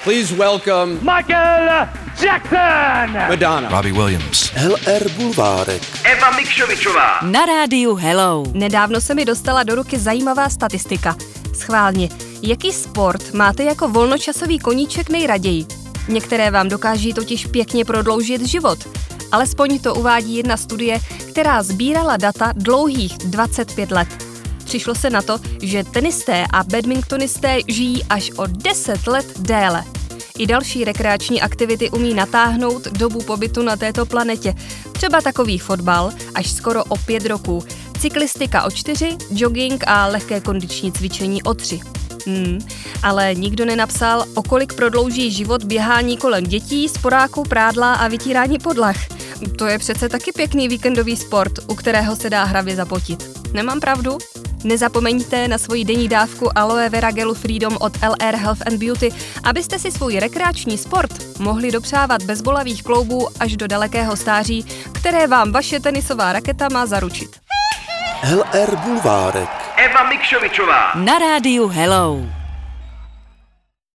Please welcome Michael Jackson, Madonna, Robbie Williams, LR Bulvárek, Eva Mikšovičová. Na rádiu Hello. Nedávno se mi dostala do ruky zajímavá statistika. Schválně, jaký sport máte jako volnočasový koníček nejraději? Některé vám dokáží totiž pěkně prodloužit život. Alespoň to uvádí jedna studie, která sbírala data dlouhých 25 let. Přišlo se na to, že tenisté a badmintonisté žijí až o 10 let déle. I další rekreační aktivity umí natáhnout dobu pobytu na této planetě. Třeba takový fotbal až skoro o 5 roků, cyklistika o 4, jogging a lehké kondiční cvičení o 3. Ale nikdo nenapsal, o kolik prodlouží život běhání kolem dětí, sporáku, prádla a vytírání podlah. To je přece taky pěkný víkendový sport, u kterého se dá hravě zapotit. Nemám pravdu? Nezapomeňte na svoji denní dávku Aloe Vera Gelu Freedom od LR Health and Beauty, abyste si svůj rekreační sport mohli dopřávat bez bolavých kloubů až do dalekého stáří, které vám vaše tenisová raketa má zaručit. LR Bulvárek. Eva Mikšovičová. Na rádiu Hello.